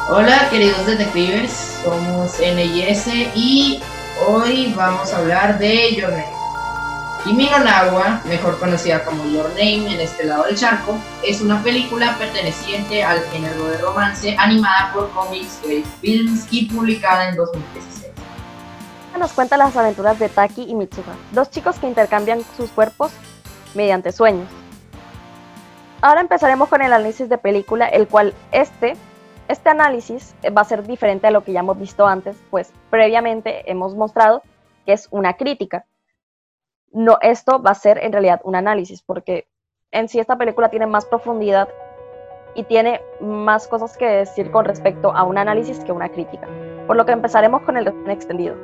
Hola queridos detectives, somos NIS y hoy vamos a hablar de Your Name. Kimi no Nawa, mejor conocida como Your Name en este lado del charco, es una película perteneciente al género de romance animada por Comics Great Films y publicada en 2016. Nos cuenta las aventuras de Taki y Mitsuha, dos chicos que intercambian sus cuerpos mediante sueños. Ahora empezaremos con el análisis de película, el cual este análisis va a ser diferente a lo que ya hemos visto antes, pues previamente hemos mostrado que es una crítica. No, esto va a ser en realidad un análisis, porque en sí esta película tiene más profundidad y tiene más cosas que decir con respecto a un análisis que una crítica. Por lo que empezaremos con el resumen extendido.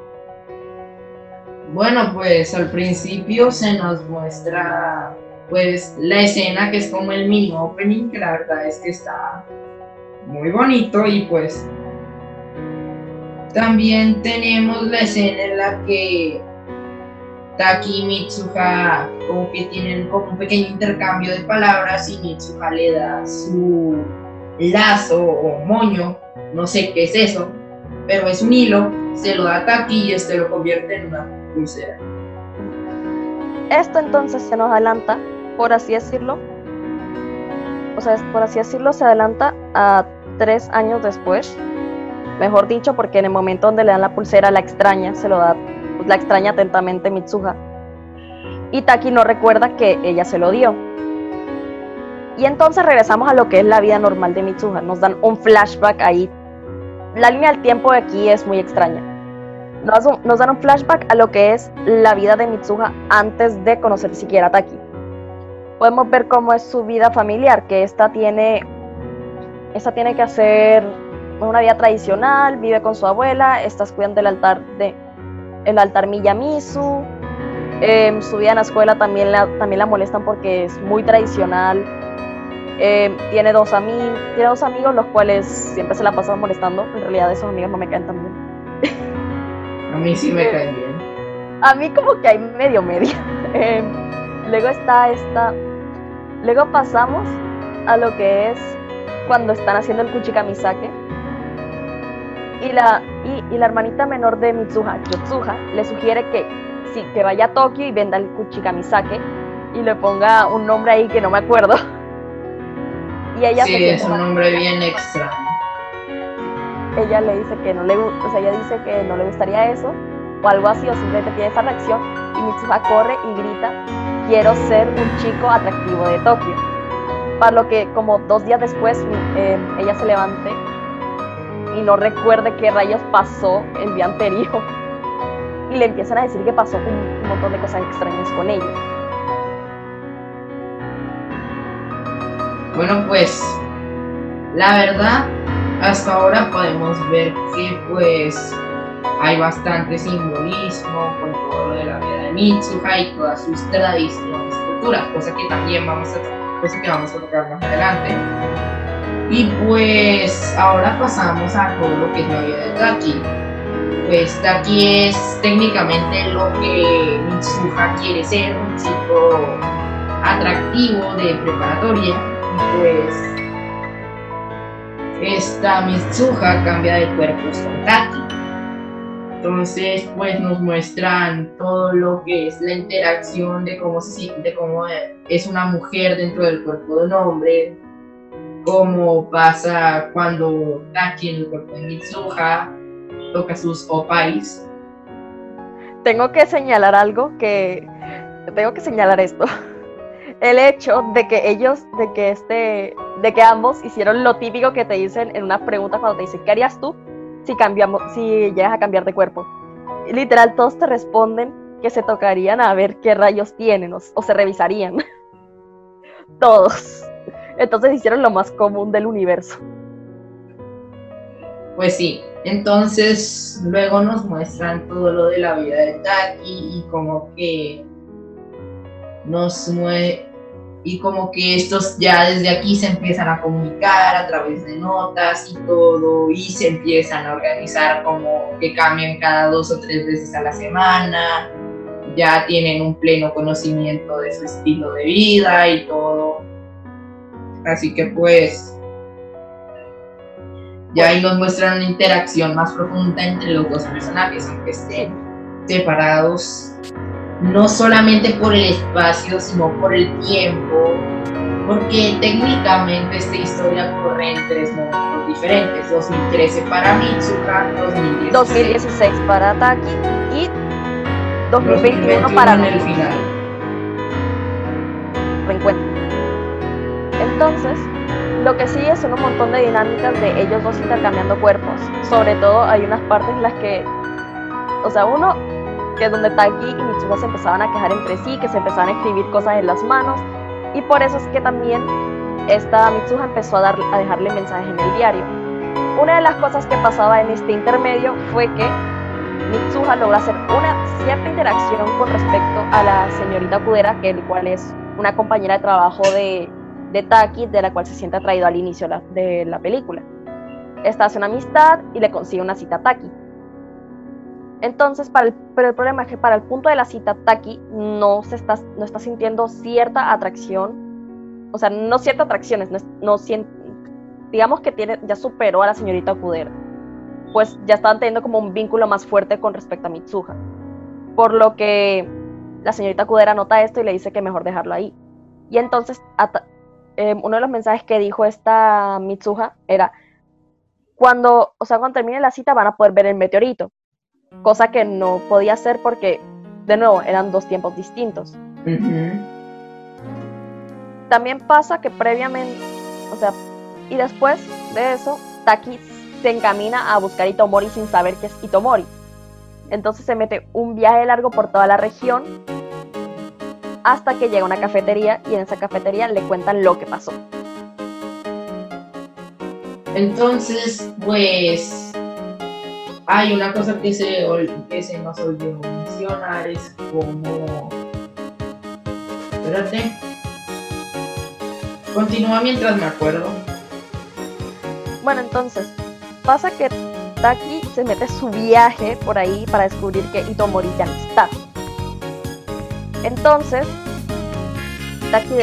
Bueno, pues al principio se nos muestra pues la escena que es como el mini opening, que la verdad es que está muy bonito, y pues también tenemos la escena en la que Taki y Mitsuha como que tienen como un pequeño intercambio de palabras y Mitsuha le da su lazo o moño, no sé qué es eso, pero es un hilo, se lo da a Taki y este lo convierte en una pulsera. Esto entonces se nos adelanta, por así decirlo, se adelanta a 3 años después, mejor dicho, porque en el momento donde le dan la pulsera la extraña, se lo da, pues la extraña atentamente Mitsuha, y Taki no recuerda que ella se lo dio. Y entonces regresamos a lo que es la vida normal de Mitsuha, nos dan un flashback ahí. La línea del tiempo de aquí es muy extraña. Nos dan un flashback a lo que es la vida de Mitsuha antes de conocer siquiera a Taki. Podemos ver cómo es su vida familiar, que esta tiene que hacer una vida tradicional, vive con su abuela, estas cuidan del altar Miyamizu. Su vida en la escuela también la molestan porque es muy tradicional. Tiene dos amigos los cuales siempre se la pasan molestando. En realidad esos amigos no me caen tan bien. A mí sí me cae bien. A mí como que hay medio. Luego pasamos a lo que es cuando están haciendo el Kuchikamisake. Y la hermanita menor de Mitsuha, Yotsuha, le sugiere que vaya a Tokio y venda el Kuchikamisake y le ponga un nombre ahí que no me acuerdo. Y ella sí, es un nombre bien extraño. Ella le dice que no le gustaría eso o algo así, o simplemente tiene esa reacción, y Mitsuha corre y grita: quiero ser un chico atractivo de Tokio. Para lo que como 2 días después ella se levante y no recuerde qué rayos pasó el día anterior, y le empiezan a decir que pasó un montón de cosas extrañas con ella. Bueno, pues la verdad, hasta ahora podemos ver que pues hay bastante simbolismo con todo lo de la vida de Mitsuha y todas sus tradiciones, culturas, cosa que también vamos a tocar más adelante. Y pues ahora pasamos a todo lo que es la vida de Taki. Pues Taki es técnicamente lo que Mitsuha quiere ser, un chico atractivo de preparatoria, y pues esta Mitsuha cambia de cuerpos con Taki. Entonces pues nos muestran todo lo que es la interacción de cómo es una mujer dentro del cuerpo de un hombre, cómo pasa cuando Taki en el cuerpo de Mitsuha toca sus opais. Tengo que señalar esto. El hecho de que ambos hicieron lo típico que te dicen en unas preguntas cuando te dicen: ¿qué harías tú si llegas a cambiar de cuerpo? Y literal todos te responden que se tocarían a ver qué rayos tienen, o se revisarían. Todos. Entonces hicieron lo más común del universo. Pues sí, entonces luego nos muestran todo lo de la vida de Taki y como que estos ya desde aquí se empiezan a comunicar a través de notas y todo, y se empiezan a organizar como que cambian cada 2 o 3 veces a la semana, ya tienen un pleno conocimiento de su estilo de vida y todo. Así que pues Ya ahí nos muestran una interacción más profunda entre los dos personajes, aunque estén separados no solamente por el espacio, sino por el tiempo, porque técnicamente esta historia corre en 3 momentos diferentes: 2013 para Mitsuha, 2016 para Taki y 2021 para en el final. Reencuentro. Entonces, lo que sigue son un montón de dinámicas de ellos dos intercambiando cuerpos. Sobre todo hay unas partes en las que, o sea, uno que es donde Taki y Mitsuha se empezaban a quejar entre sí, que se empezaban a escribir cosas en las manos, y por eso es que también esta Mitsuha empezó a dejarle mensajes en el diario. Una de las cosas que pasaba en este intermedio fue que Mitsuha logra hacer una cierta interacción con respecto a la señorita Kudera, que el cual es una compañera de trabajo de Taki, de la cual se siente atraído al inicio de la película. Esta hace una amistad y le consigue una cita a Taki. Entonces, pero el problema es que para el punto de la cita, Taki no está sintiendo cierta atracción, o sea, no cierta atracción, digamos que ya superó a la señorita Kudera, pues ya estaban teniendo como un vínculo más fuerte con respecto a Mitsuha, por lo que la señorita Kudera nota esto y le dice que mejor dejarlo ahí. Y entonces, uno de los mensajes que dijo esta Mitsuha era: cuando termine la cita van a poder ver el meteorito, cosa que no podía hacer porque, de nuevo, eran 2 tiempos distintos. También pasa que previamente, y después de eso, Taki se encamina a buscar Itomori sin saber que es Itomori. Entonces se mete un viaje largo por toda la región hasta que llega a una cafetería, y en esa cafetería le cuentan lo que pasó. Entonces, pues, hay una cosa que se nos olvidó mencionar, es como... Espérate. Continúa mientras me acuerdo. Bueno, entonces, pasa que Taki se mete su viaje por ahí para descubrir que Itomori ya no está. Entonces, Taki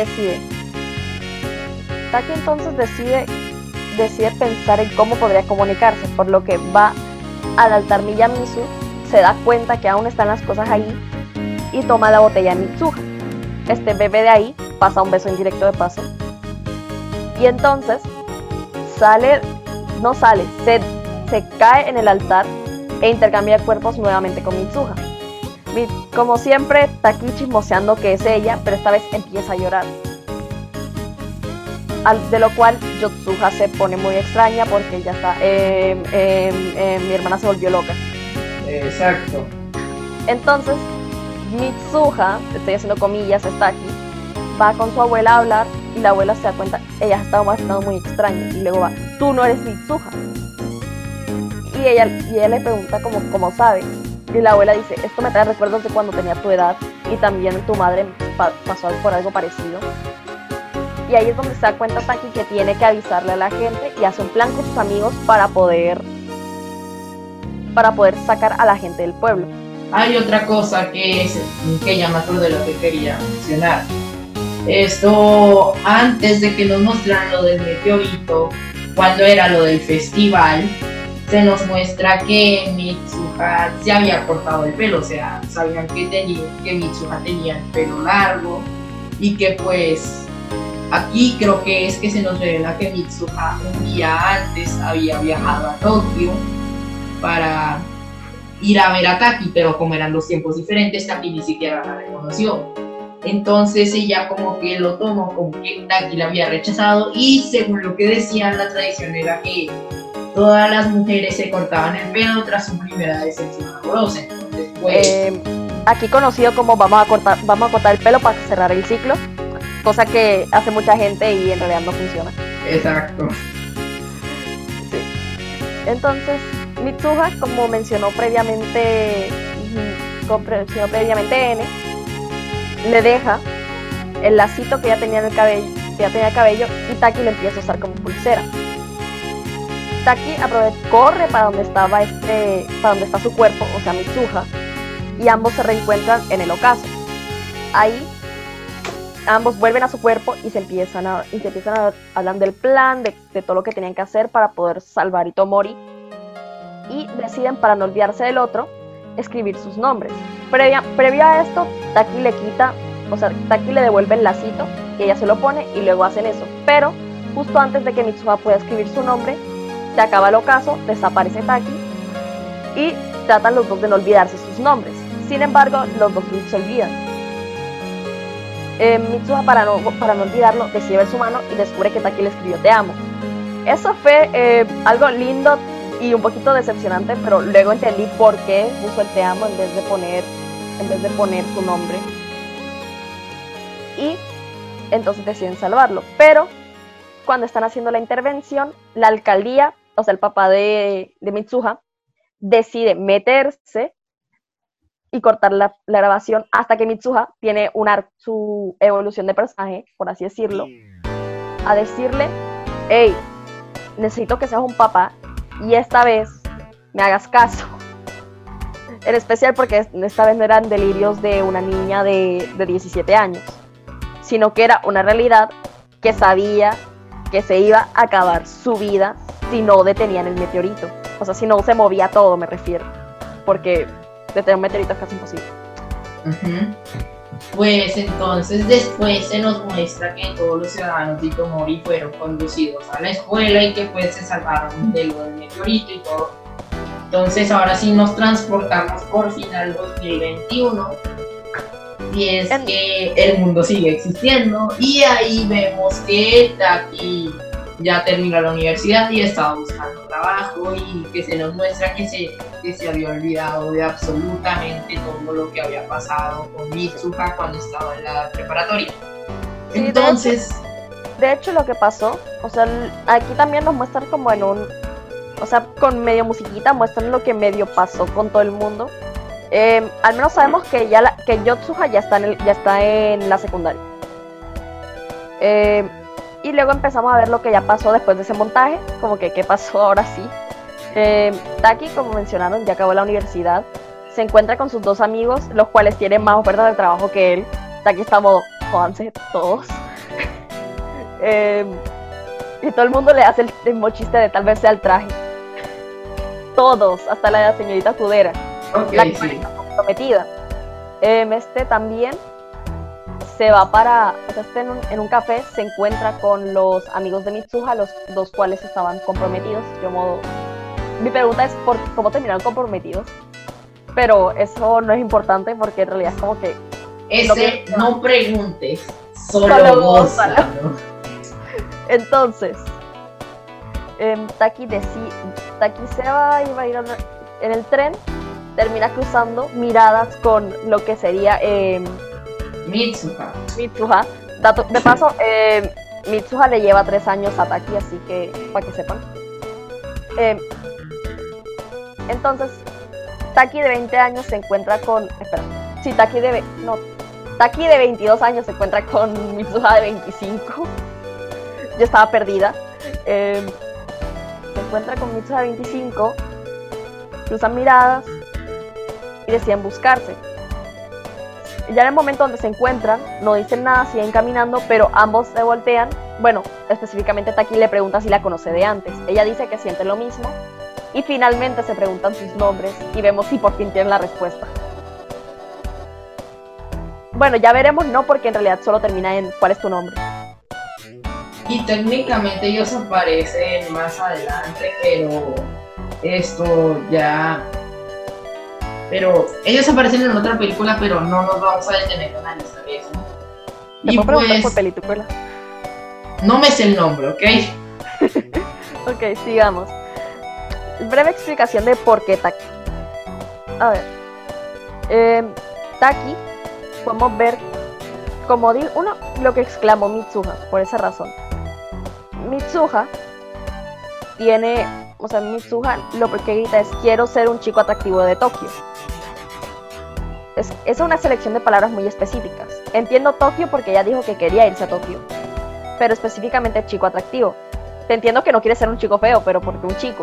entonces decide pensar en cómo podría comunicarse, por lo que va al altar Miyamizu, se da cuenta que aún están las cosas ahí y toma la botella de Mitsuha. Bebe de ahí, pasa un beso indirecto de paso, y entonces se cae en el altar e intercambia cuerpos nuevamente con Mitsuha. Como siempre, Taki chismoseando que es ella, pero esta vez empieza a llorar. De lo cual Yotsuha se pone muy extraña porque ya está, mi hermana se volvió loca. Exacto. Entonces, Mitsuha, estoy haciendo comillas, está aquí, va con su abuela a hablar y la abuela se da cuenta, ella ha estado muy extraña, y luego va: tú no eres Mitsuha. Y ella le pregunta cómo sabe, y la abuela dice: esto me trae recuerdos de cuando tenía tu edad y también tu madre pasó por algo parecido. Y ahí es donde se da cuenta Taki que tiene que avisarle a la gente y hace un plan con sus amigos para poder sacar a la gente del pueblo. Hay otra cosa que ya me acuerdo de lo que quería mencionar. Esto, antes de que nos mostraran lo del meteorito, cuando era lo del festival, se nos muestra que Mitsuha se había cortado el pelo, o sea, sabían que Mitsuha tenía el pelo largo, y que pues aquí creo que es que se nos revela que Mitsuha un día antes había viajado a Tokio para ir a ver a Taki, pero como eran 2 tiempos diferentes, Taki ni siquiera la reconoció. Entonces ella como que lo tomó como que Taki la había rechazado, y según lo que decían, la tradición era que todas las mujeres se cortaban el pelo tras su primera decepción amorosa. Entonces, pues, aquí conocido como vamos a cortar el pelo para cerrar el ciclo, cosa que hace mucha gente y en realidad no funciona. Exacto. Sí. Entonces, Mitsuha, como mencionó previamente N, le deja el lacito que ya tenía en el cabello, y Taki lo empieza a usar como pulsera. Taki corre para donde está su cuerpo, o sea, Mitsuha, y ambos se reencuentran en el ocaso. Ahí ambos vuelven a su cuerpo y se empiezan a hablar del plan, de todo lo que tenían que hacer para poder salvar a Itomori. Y deciden, para no olvidarse del otro, escribir sus nombres. Previo a esto, Taki le devuelve el lacito y ella se lo pone y luego hacen eso. Pero justo antes de que Mitsuha pueda escribir su nombre, se acaba el ocaso, desaparece Taki y tratan los dos de no olvidarse sus nombres. Sin embargo, los dos se olvidan. Mitsuha, para no olvidarlo, decide ver su mano y descubre que Taki le escribió "te amo". Eso fue algo lindo y un poquito decepcionante, pero luego entendí por qué puso el "te amo" en vez de poner su nombre. Y entonces deciden salvarlo. Pero cuando están haciendo la intervención, la alcaldía, o sea, el papá de Mitsuha, decide meterse y cortar la grabación hasta que Mitsuha tiene su evolución de personaje, por así decirlo, a decirle: hey, necesito que seas un papá y esta vez me hagas caso. En especial porque esta vez no eran delirios de una niña de 17 años, sino que era una realidad que sabía que se iba a acabar su vida si no detenían el meteorito. O sea, si no se movía todo, me refiero. Porque detener un meteorito es casi imposible. Pues entonces después se nos muestra que todos los ciudadanos de Itomori fueron conducidos a la escuela y que pues se salvaron de lo del meteorito y todo. Entonces ahora sí nos transportamos por fin al 2021. Y es que el mundo sigue existiendo y ahí vemos que Taki ya terminó la universidad y estaba buscando trabajo y que se nos muestra que se había olvidado de absolutamente todo lo que había pasado con Mitsuha cuando estaba en la preparatoria. Sí, entonces... De hecho lo que pasó, o sea, aquí también nos muestran como con medio musiquita, muestran lo que medio pasó con todo el mundo. Al menos sabemos que Yotsuha ya está en la secundaria. Y luego empezamos a ver lo que ya pasó después de ese montaje, como que qué pasó ahora sí. Taki, como mencionaron, ya acabó la universidad. Se encuentra con sus dos amigos, los cuales tienen más ofertas de trabajo que él. Taki está modo, jódanse todos. Y todo el mundo le hace el mismo chiste de tal vez sea el traje. Todos, hasta la señorita Kudera. La que está comprometida. También se va en un café, se encuentra con los amigos de Mitsuha, los dos cuales estaban comprometidos. Mi pregunta es cómo terminaron comprometidos, pero eso no es importante porque en realidad es como que no preguntes, solo gózalo. Entonces Taki se va y va a ir en el tren, termina cruzando miradas con lo que sería Mitsuha. De paso, Mitsuha le lleva 3 años a Taki, así que para que sepan. Entonces, Taki de 20 años se encuentra con... Taki de 22 años se encuentra con Mitsuha de 25. Yo estaba perdida. Se encuentra con Mitsuha de 25, cruzan miradas y deciden buscarse. Ya en el momento donde se encuentran, no dicen nada, siguen caminando, pero ambos se voltean. Bueno, específicamente Taki le pregunta si la conoce de antes. Ella dice que siente lo mismo. Y finalmente se preguntan sus nombres y vemos si por fin tienen la respuesta. Bueno, ya veremos, no, porque en realidad solo termina en ¿cuál es tu nombre? Y técnicamente ellos aparecen más adelante, pero esto ya... Pero ellos aparecen en otra película, pero no nos vamos a detener en analizar eso. ¿Te puedo preguntar por película? No me sé el nombre, ¿ok? Ok, sigamos. Breve explicación de por qué Taki. A ver. Taki, podemos ver, como lo que exclamó Mitsuha, por esa razón. Mitsuha lo que grita es: quiero ser un chico atractivo de Tokio. Es una selección de palabras muy específicas. Entiendo Tokio porque ella dijo que quería irse a Tokio, pero específicamente chico atractivo. Te entiendo que no quieres ser un chico feo, pero porque un chico.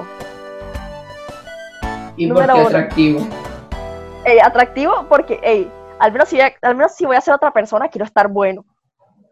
¿Y por qué atractivo? Atractivo porque, al menos si voy a ser otra persona, quiero estar bueno.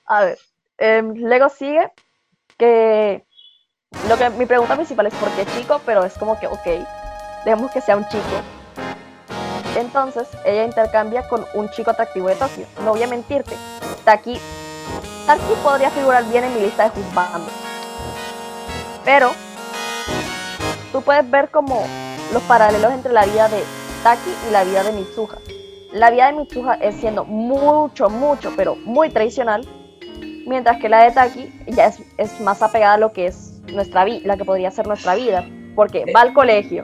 A ver, luego sigue que mi pregunta principal es por qué chico, pero es como que, ok, dejemos que sea un chico. Entonces, ella intercambia con un chico atractivo de Tokio. No voy a mentirte, Taki podría figurar bien en mi lista de juzgandos. Pero tú puedes ver como los paralelos entre la vida de Taki y la vida de Mitsuha. La vida de Mitsuha es siendo mucho, pero muy tradicional, mientras que la de Taki ya es más apegada a lo que es nuestra vida, la que podría ser nuestra vida, porque va al colegio.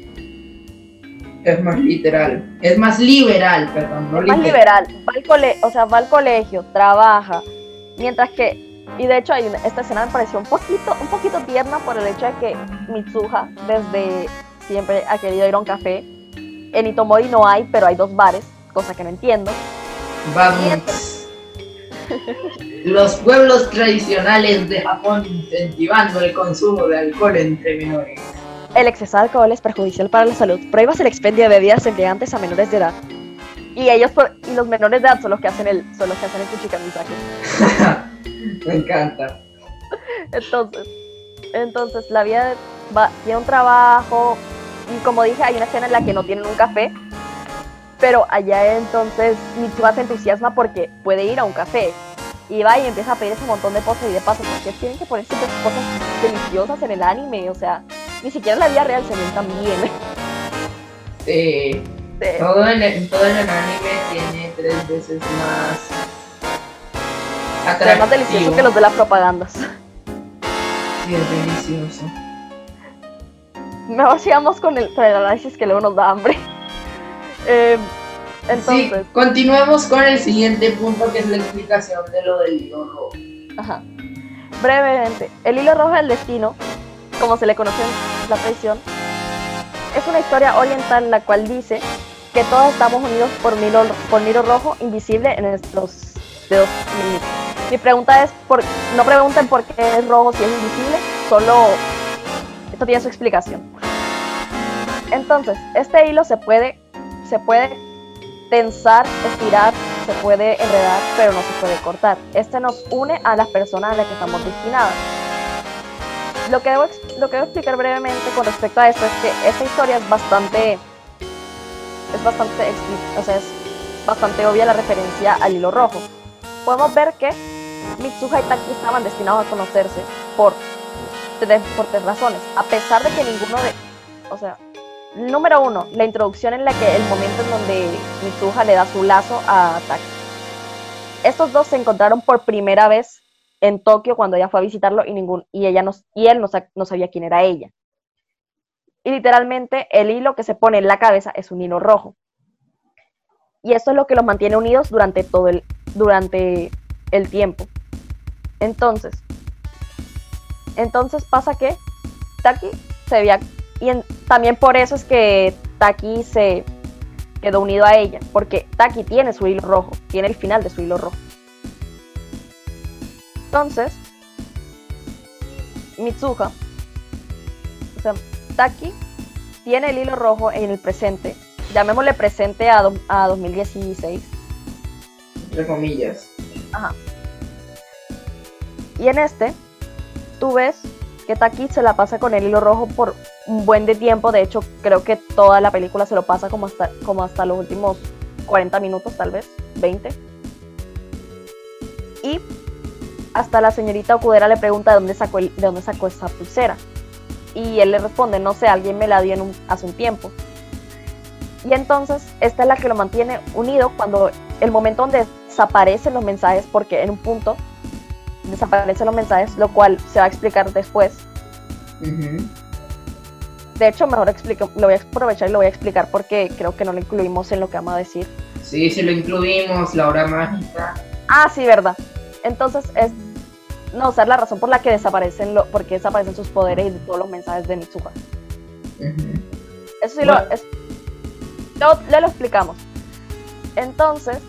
Es más literal, es más liberal, perdón, no más liberal, va al colegio, trabaja, mientras que, y de hecho esta escena me pareció un poquito tierna por el hecho de que Mitsuha desde siempre ha querido ir a un café. En Itomori no hay, pero hay 2 bares, cosa que no entiendo. Vamos. Los pueblos tradicionales de Japón incentivando el consumo de alcohol entre menores. El exceso de alcohol es perjudicial para la salud. Prohíbas el expendio de bebidas embriagantes a menores de edad. Y los menores de edad son los que hacen el cuchicamisaje. Me encanta. Entonces la vida tiene un trabajo, y como dije, hay una escena en la que no tienen un café, pero allá entonces Mitsuha se entusiasma porque puede ir a un café. Y va y empieza a pedir ese montón de cosas y de paso, porque tienen que poner siempre cosas deliciosas en el anime, o sea, ni siquiera en la vida real se ven tan bien. Sí. Todo el anime tiene 3 veces más atractivo. Es más delicioso que los de las propagandas. Sí, es delicioso. Mejor sigamos con el análisis que luego nos da hambre. Entonces, sí, continuemos con el siguiente punto, que es la explicación de lo del hilo rojo. Ajá. Brevemente, el hilo rojo del destino, como se le conoce en la tradición, es una historia oriental en la cual dice que todos estamos unidos por un hilo rojo invisible en nuestros dedos meñiques. Mi pregunta es, no pregunten por qué es rojo si es invisible, solo esto tiene su explicación. Entonces, este hilo se puede tensar, estirar, se puede enredar, pero no se puede cortar. Este nos une a las personas a las que estamos destinadas. Lo que debo explicar brevemente con respecto a esto es que esta historia es bastante obvia la referencia al hilo rojo. Podemos ver que Mitsuha y Taki estaban destinados a conocerse por 3 razones, a pesar de que número 1, la introducción en la que el momento en donde Mitsuha le da su lazo a Taki. Estos dos se encontraron por primera vez en Tokio cuando ella fue a visitarlo y él no sabía quién era ella. Y literalmente el hilo que se pone en la cabeza es un hilo rojo. Y esto es lo que los mantiene unidos durante el tiempo. Entonces pasa que Taki se veía, y también por eso es que Taki se quedó unido a ella, porque Taki tiene su hilo rojo, tiene el final de su hilo rojo. Entonces, Mitsuha, Taki tiene el hilo rojo en el presente, llamémosle presente a 2016. Entre comillas. Ajá. Y en tú ves que Taki se la pasa con el hilo rojo por un buen de tiempo. De hecho, creo que toda la película se lo pasa como hasta los últimos 40 minutos, tal vez, 20. Y hasta la señorita Okudera le pregunta de dónde sacó esa pulsera. Y él le responde, no sé, alguien me la dio hace un tiempo. Y entonces, esta es la que lo mantiene unido cuando el momento donde desaparecen los mensajes, porque en un punto desaparecen los mensajes, lo cual se va a explicar después. Uh-huh. De hecho, mejor lo voy a aprovechar y lo voy a explicar porque creo que no lo incluimos en lo que vamos a decir. Sí, lo incluimos, la hora mágica. Ah, sí, verdad. Entonces es la razón por la que desaparecen sus poderes y todos los mensajes de Mitsuha. Uh-huh. Eso sí, bueno. lo explicamos. Entonces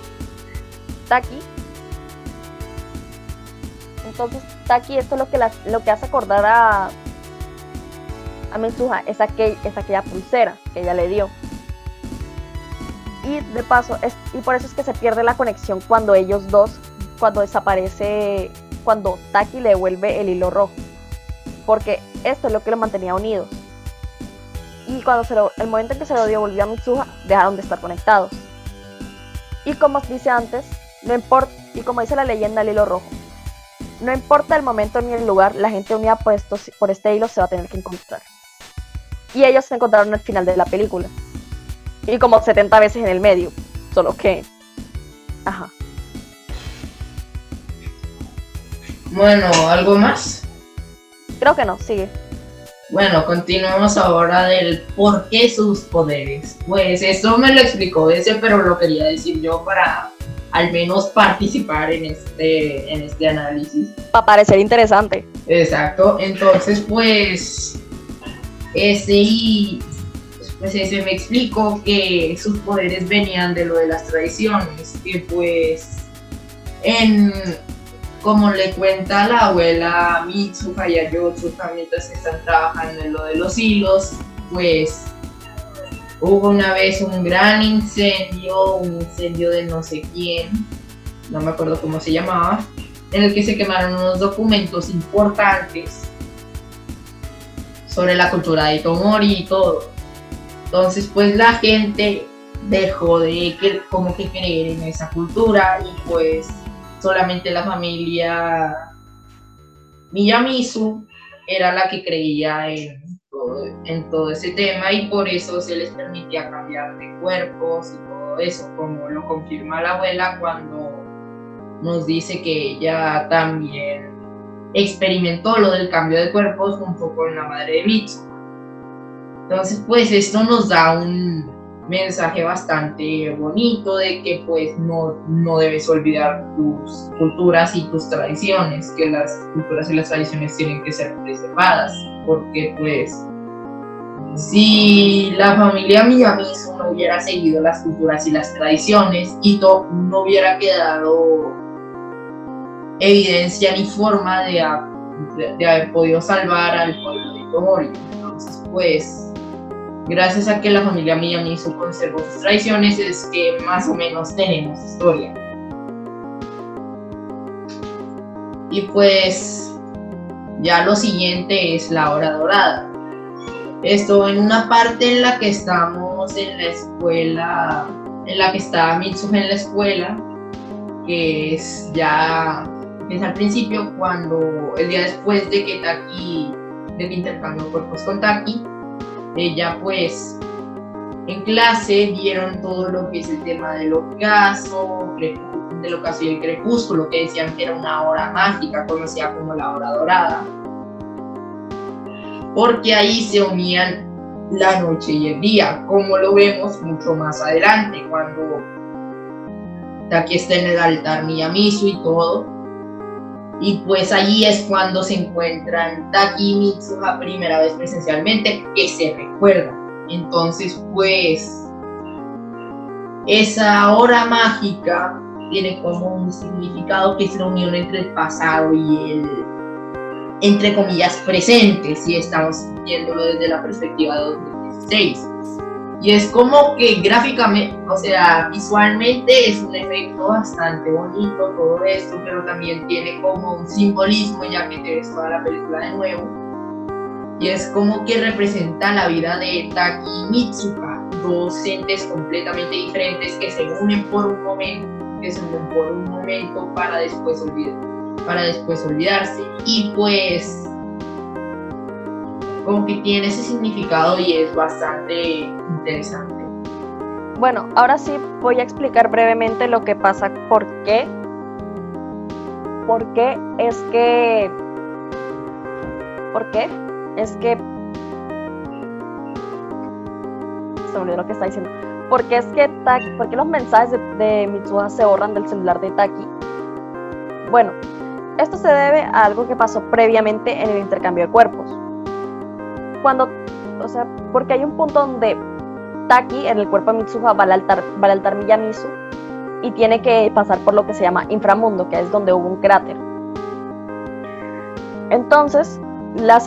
Taki, esto es lo que hace acordar a Mitsuha, es aquella pulsera que ella le dio. Y de paso, y por eso es que se pierde la conexión cuando ellos dos cuando desaparece, cuando Taki le devuelve el hilo rojo, porque esto es lo que los mantenía unidos. Y cuando el momento en que se lo devolvió a Mitsuha, dejaron de estar conectados. Y como dice antes, no importa, y como dice la leyenda del hilo rojo, no importa el momento ni el lugar, la gente unida por este hilo se va a tener que encontrar. Y ellos se encontraron al final de la película. Y como 70 veces en el medio. Solo que... Ajá. Bueno, ¿algo más? Creo que no, sigue. Bueno, continuemos ahora del por qué sus poderes. Pues eso me lo explicó ese, pero lo quería decir yo para al menos participar en este análisis. Para parecer interesante. Exacto, entonces pues ese me explicó que sus poderes venían de lo de las tradiciones, que pues como le cuenta la abuela Mitsuha y a Yotsuka mientras están trabajando en lo de los hilos, pues hubo una vez un gran incendio, de no sé quién, no me acuerdo cómo se llamaba, en el que se quemaron unos documentos importantes sobre la cultura de Itomori y todo. Entonces pues la gente dejó de como que creer en esa cultura y pues solamente la familia Miyamizu era la que creía en todo ese tema y por eso se les permitía cambiar de cuerpos y todo eso, como lo confirma la abuela cuando nos dice que ella también experimentó lo del cambio de cuerpos junto con la madre de Mitsu. Entonces pues esto nos da un mensaje bastante bonito de que pues no debes olvidar tus culturas y tus tradiciones, que las culturas y las tradiciones tienen que ser preservadas, porque pues si la familia Miyamizu no hubiera seguido las culturas y las tradiciones, Ito no hubiera quedado evidencia ni forma de haber podido salvar al pueblo de Itomori. Entonces pues gracias a que la familia Miyamizu conservó sus tradiciones es que más o menos tenemos historia. Y pues ya lo siguiente es la hora dorada. Esto en una parte en la que estamos en la escuela, en la que está Mitsuha en la escuela, que es al principio, cuando el día después de que Taki intercambió cuerpos con Taki, ella pues en clase vieron todo lo que es el tema del ocaso y el crepúsculo, que decían que era una hora mágica, conocida como la hora dorada, porque ahí se unían la noche y el día, como lo vemos mucho más adelante, cuando Taki está en el altar Miyamizu y todo. Y pues allí es cuando se encuentran Taki y Mitsuha primera vez presencialmente, que se recuerdan. Entonces pues esa hora mágica tiene como un significado que es la unión entre el pasado y el, entre comillas, presente, si estamos viéndolo desde la perspectiva de 2016. Y es como que gráficamente, o sea, visualmente es un efecto bastante bonito todo esto, pero también tiene como un simbolismo ya que te ves toda la película de nuevo. Y es como que representa la vida de Taki y Mitsuha, dos entes completamente diferentes que se unen por un momento, para después olvidarse. Y pues como que tiene ese significado y es bastante interesante. Bueno, ahora sí voy a explicar brevemente lo que pasa, por qué es que se me olvidó lo que está diciendo. ¿Por qué los mensajes de Mitsuha se borran del celular de Taki? Bueno, esto se debe a algo que pasó previamente en el intercambio de cuerpos. Porque hay un punto donde Taki, en el cuerpo de Mitsuha, va al altar Miyamizu y tiene que pasar por lo que se llama inframundo, que es donde hubo un cráter. Entonces la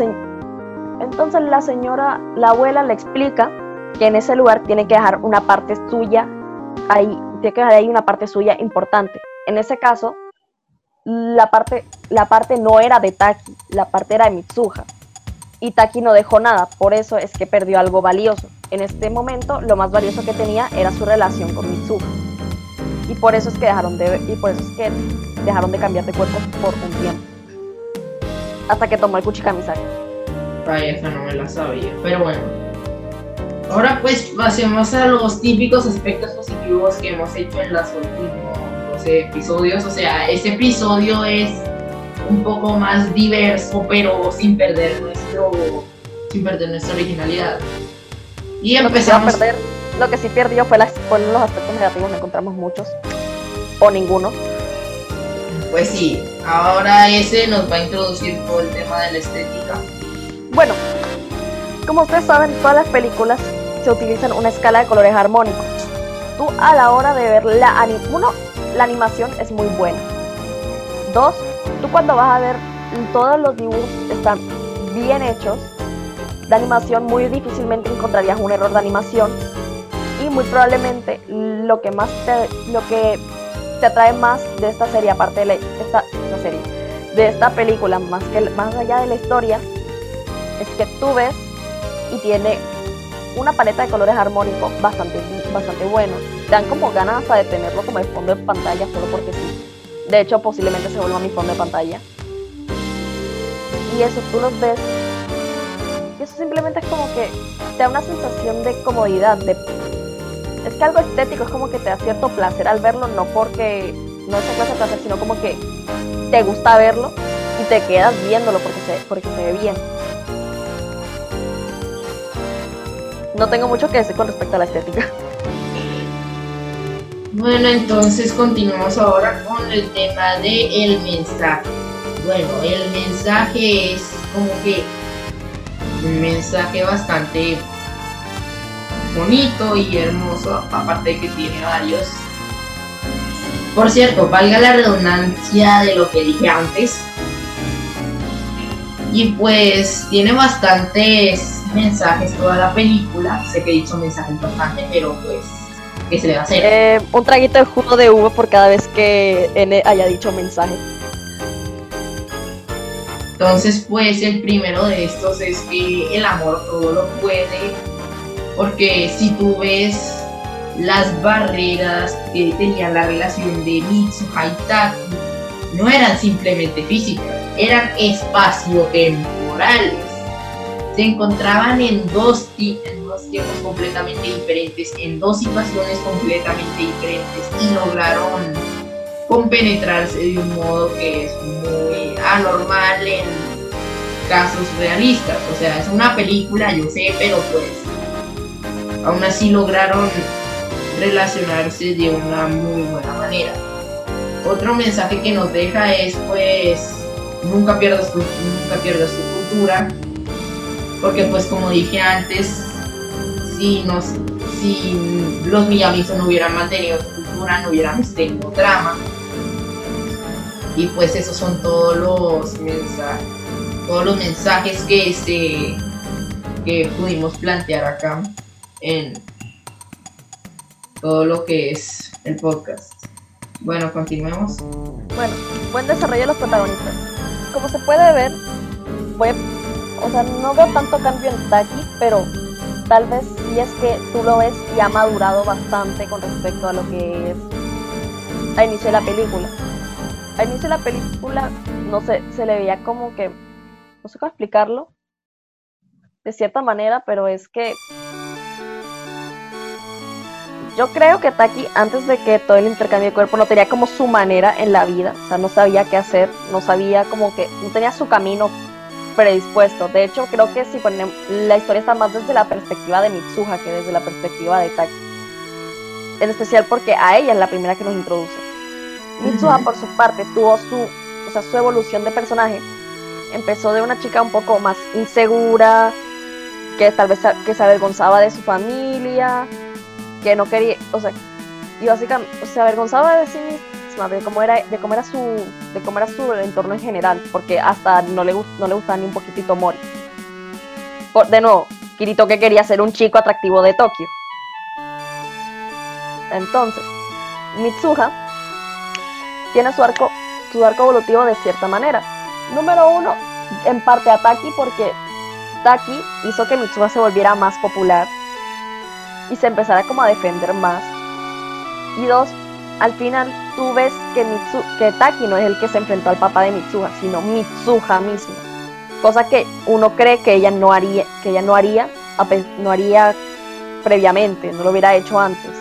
abuela le explica que en ese lugar tiene que dejar una parte suya ahí, tiene que dejar ahí una parte suya importante. En ese caso, la parte no era de Taki, la parte era de Mitsuha. Y Taki no dejó nada, por eso es que perdió algo valioso. En este momento, lo más valioso que tenía era su relación con Mitsuha. Y por eso es que dejaron de cambiar de cuerpo por un tiempo. Hasta que tomó el Kuchikamisari. Vaya, esa no me la sabía. Pero bueno. Ahora pues pasemos a los típicos aspectos positivos que hemos hecho en los últimos 12 episodios. O sea, este episodio es un poco más diverso, pero sin perder nuestra originalidad. Y empezamos. Lo que sí perdió fueron los aspectos negativos, no encontramos muchos. O ninguno. Pues sí, ahora ese nos va a introducir todo el tema de la estética. Bueno, como ustedes saben, todas las películas se utilizan una escala de colores armónicos. Tú a la hora de ver la animación es muy buena. 2, tú cuando vas a ver todos los dibujos están bien hechos. La animación muy difícilmente encontrarías un error de animación. Y muy probablemente lo que te atrae más de esta serie, aparte de esta película, más allá de la historia, es que tú ves y tiene una paleta de colores armónicos bastante buenos. Te dan como ganas hasta de tenerlo como el fondo de pantalla solo porque sí. De hecho, posiblemente se vuelva mi fondo de pantalla. Y eso tú los ves. Y eso simplemente es como que te da una sensación de comodidad. Es que algo estético es como que te da cierto placer al verlo, no porque no es esa clase de placer, sino como que te gusta verlo y te quedas viéndolo porque se ve bien. No tengo mucho que decir con respecto a la estética. Bueno, entonces continuamos ahora con el tema del mensaje. Bueno, el mensaje es como que un mensaje bastante bonito y hermoso, aparte de que tiene varios. Por cierto, valga la redundancia de lo que dije antes. Y pues tiene bastantes mensajes toda la película. Sé que he dicho mensaje importante, pero pues, ¿qué se le va a hacer? Un traguito de jugo de uva por cada vez que N haya dicho mensaje. Entonces, pues el primero de estos es que el amor todo lo puede. Porque si tú ves las barreras que tenía la relación de Mitsuha y Taki, no eran simplemente físicas, eran espacio-temporales. Se encontraban en dos tiempos completamente diferentes, en dos situaciones completamente diferentes, y lograron compenetrarse de un modo que es muy anormal en casos realistas. O sea, es una película, yo sé, pero pues aún así lograron relacionarse de una muy buena manera. Otro mensaje que nos deja es pues nunca pierdas tu cultura, porque pues como dije antes, si los Miyamizo no hubieran mantenido su cultura, no hubiéramos tenido drama. Y pues esos son todos los mensajes que pudimos plantear acá en todo lo que es el podcast. Bueno, continuemos. Bueno, buen desarrollo de los protagonistas. Como se puede ver, no veo tanto cambio en Taki, pero tal vez sí es que tú lo ves y ha madurado bastante con respecto a lo que es a inicio de la película. A inicio de la película, no sé, se le veía como que, no sé cómo explicarlo, de cierta manera, pero es que yo creo que Taki, antes de que todo el intercambio de cuerpo, no tenía como su manera en la vida, o sea, no sabía qué hacer, no sabía como que, no tenía su camino predispuesto. De hecho, creo que si ponemos, la historia está más desde la perspectiva de Mitsuha que desde la perspectiva de Taki. En especial porque a ella es la primera que nos introduce. Mitsuha, por su parte, tuvo su evolución de personaje. Empezó de una chica un poco más insegura, que tal vez se avergonzaba de su familia, que no quería, y básicamente se avergonzaba de sí misma, de cómo era su entorno en general, porque hasta no le gustaba ni un poquitito Mori. De nuevo, Kirito, que quería ser un chico atractivo de Tokio. Entonces, Mitsuha tiene su arco su arco evolutivo de cierta manera. Número 1, en parte a Taki, porque Taki hizo que Mitsuha se volviera más popular y se empezara como a defender más. Y 2, al final tú ves que Taki no es el que se enfrentó al papá de Mitsuha, sino Mitsuha misma. Cosa que uno cree que ella no haría previamente, no lo hubiera hecho antes.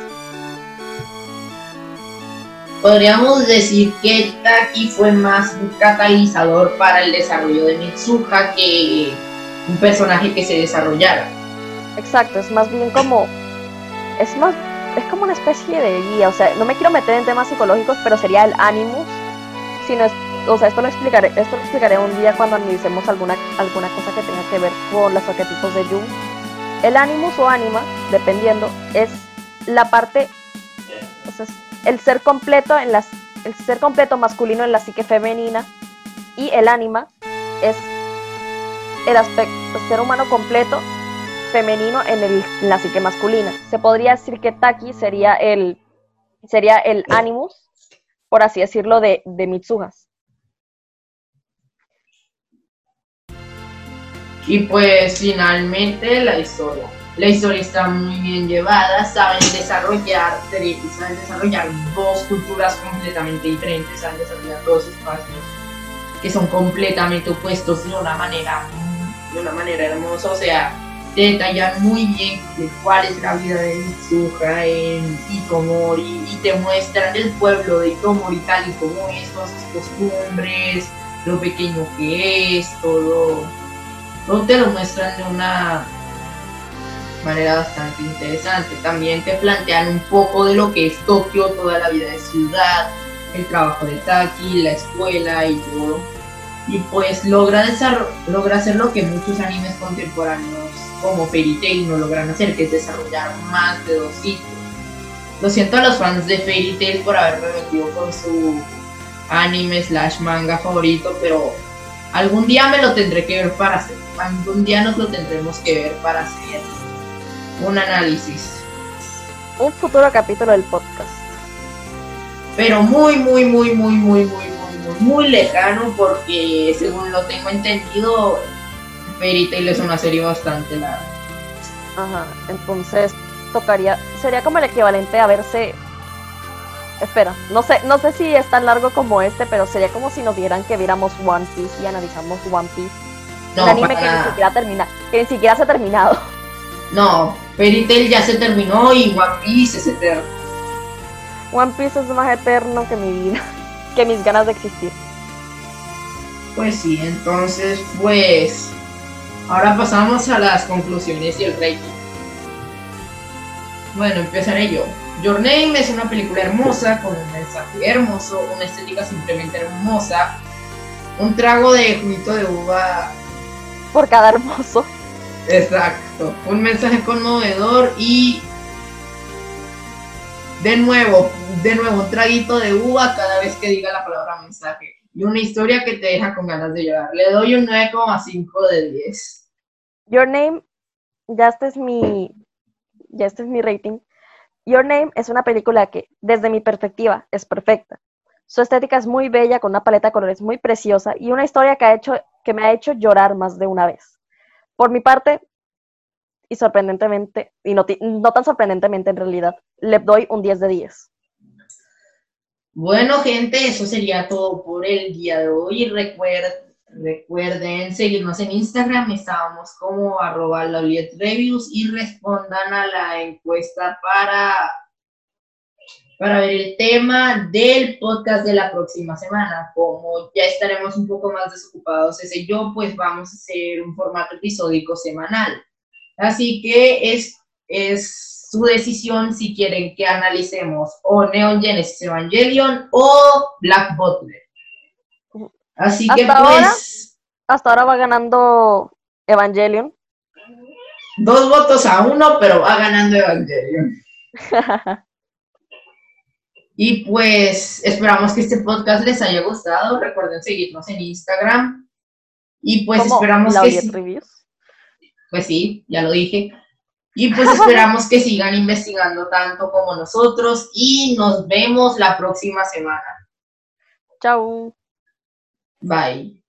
Podríamos decir que Taki fue más un catalizador para el desarrollo de Mitsuha que un personaje que se desarrollara. Exacto, es más bien como es como una especie de guía, o sea, no me quiero meter en temas psicológicos, pero sería el Animus, esto lo explicaré un día cuando analicemos alguna cosa que tenga que ver con los arquetipos de Jung. El Animus o Anima, dependiendo, es la parte, o sea, el ser completo masculino en la psique femenina, y el Anima es el ser humano completo femenino en la psique masculina. Se podría decir que Taki sería el Animus, por así decirlo, de Mitsuha. Y pues finalmente la historia. La historia está muy bien llevada, saben desarrollar dos culturas completamente diferentes, saben desarrollar dos espacios que son completamente opuestos de una manera hermosa, o sea, te detallan muy bien cuál es la vida de Mitsuha en Hikomori y te muestran el pueblo de Hikomori tal y como es, todas sus costumbres, lo pequeño que es, todo te lo muestran de una manera bastante interesante. También te plantean un poco de lo que es Tokio, toda la vida de ciudad, el trabajo de Taki, la escuela y todo. Y pues logra hacer lo que muchos animes contemporáneos como Fairy Tail no logran hacer, que es desarrollar más de dos ciclos. Lo siento a los fans de Fairy Tail por haberme metido con su anime / manga favorito, pero algún día me lo tendré que ver para hacer. Algún día nos lo tendremos que ver para hacer un análisis. Un futuro capítulo del podcast. Pero muy lejano, porque según lo tengo entendido, Fairy Tail es una serie bastante larga. Ajá, entonces sería como el equivalente a verse. Espera, no sé si es tan largo como este, pero sería como si nos dieran que viéramos One Piece y analizamos One Piece. No, un anime que ni siquiera se ha terminado. No, Fairy Tail ya se terminó y One Piece es eterno. One Piece es más eterno que mi vida, que mis ganas de existir. Pues sí, entonces pues ahora pasamos a las conclusiones y el rating. Bueno, empezaré yo. Your Name es una película hermosa, con un mensaje hermoso, una estética simplemente hermosa, un trago de juguito de uva por cada hermoso. Exacto, un mensaje conmovedor y de nuevo un traguito de uva cada vez que diga la palabra mensaje y una historia que te deja con ganas de llorar. Le doy un 9,5 de 10. Your Name, ya este es mi rating. Your Name es una película que, desde mi perspectiva, es perfecta. Su estética es muy bella, con una paleta de colores muy preciosa y una historia que me ha hecho llorar más de una vez. Por mi parte, y sorprendentemente, y no tan sorprendentemente en realidad, le doy un 10 de 10. Bueno, gente, eso sería todo por el día de hoy. Recuerden seguirnos en Instagram, estábamos como @LollietReviews y respondan a la encuesta para ver el tema del podcast de la próxima semana. Como ya estaremos un poco más desocupados ese y yo, pues vamos a hacer un formato episódico semanal. Así que es su decisión si quieren que analicemos o Neon Genesis Evangelion o Black Butler. Así que pues... Hasta ahora va ganando Evangelion. 2 votos a 1, pero va ganando Evangelion. Y pues esperamos que este podcast les haya gustado. Recuerden seguirnos en Instagram. Y pues esperamos que... Reviews. Pues sí, ya lo dije. Y pues esperamos que sigan investigando tanto como nosotros y nos vemos la próxima semana. Chao. Bye.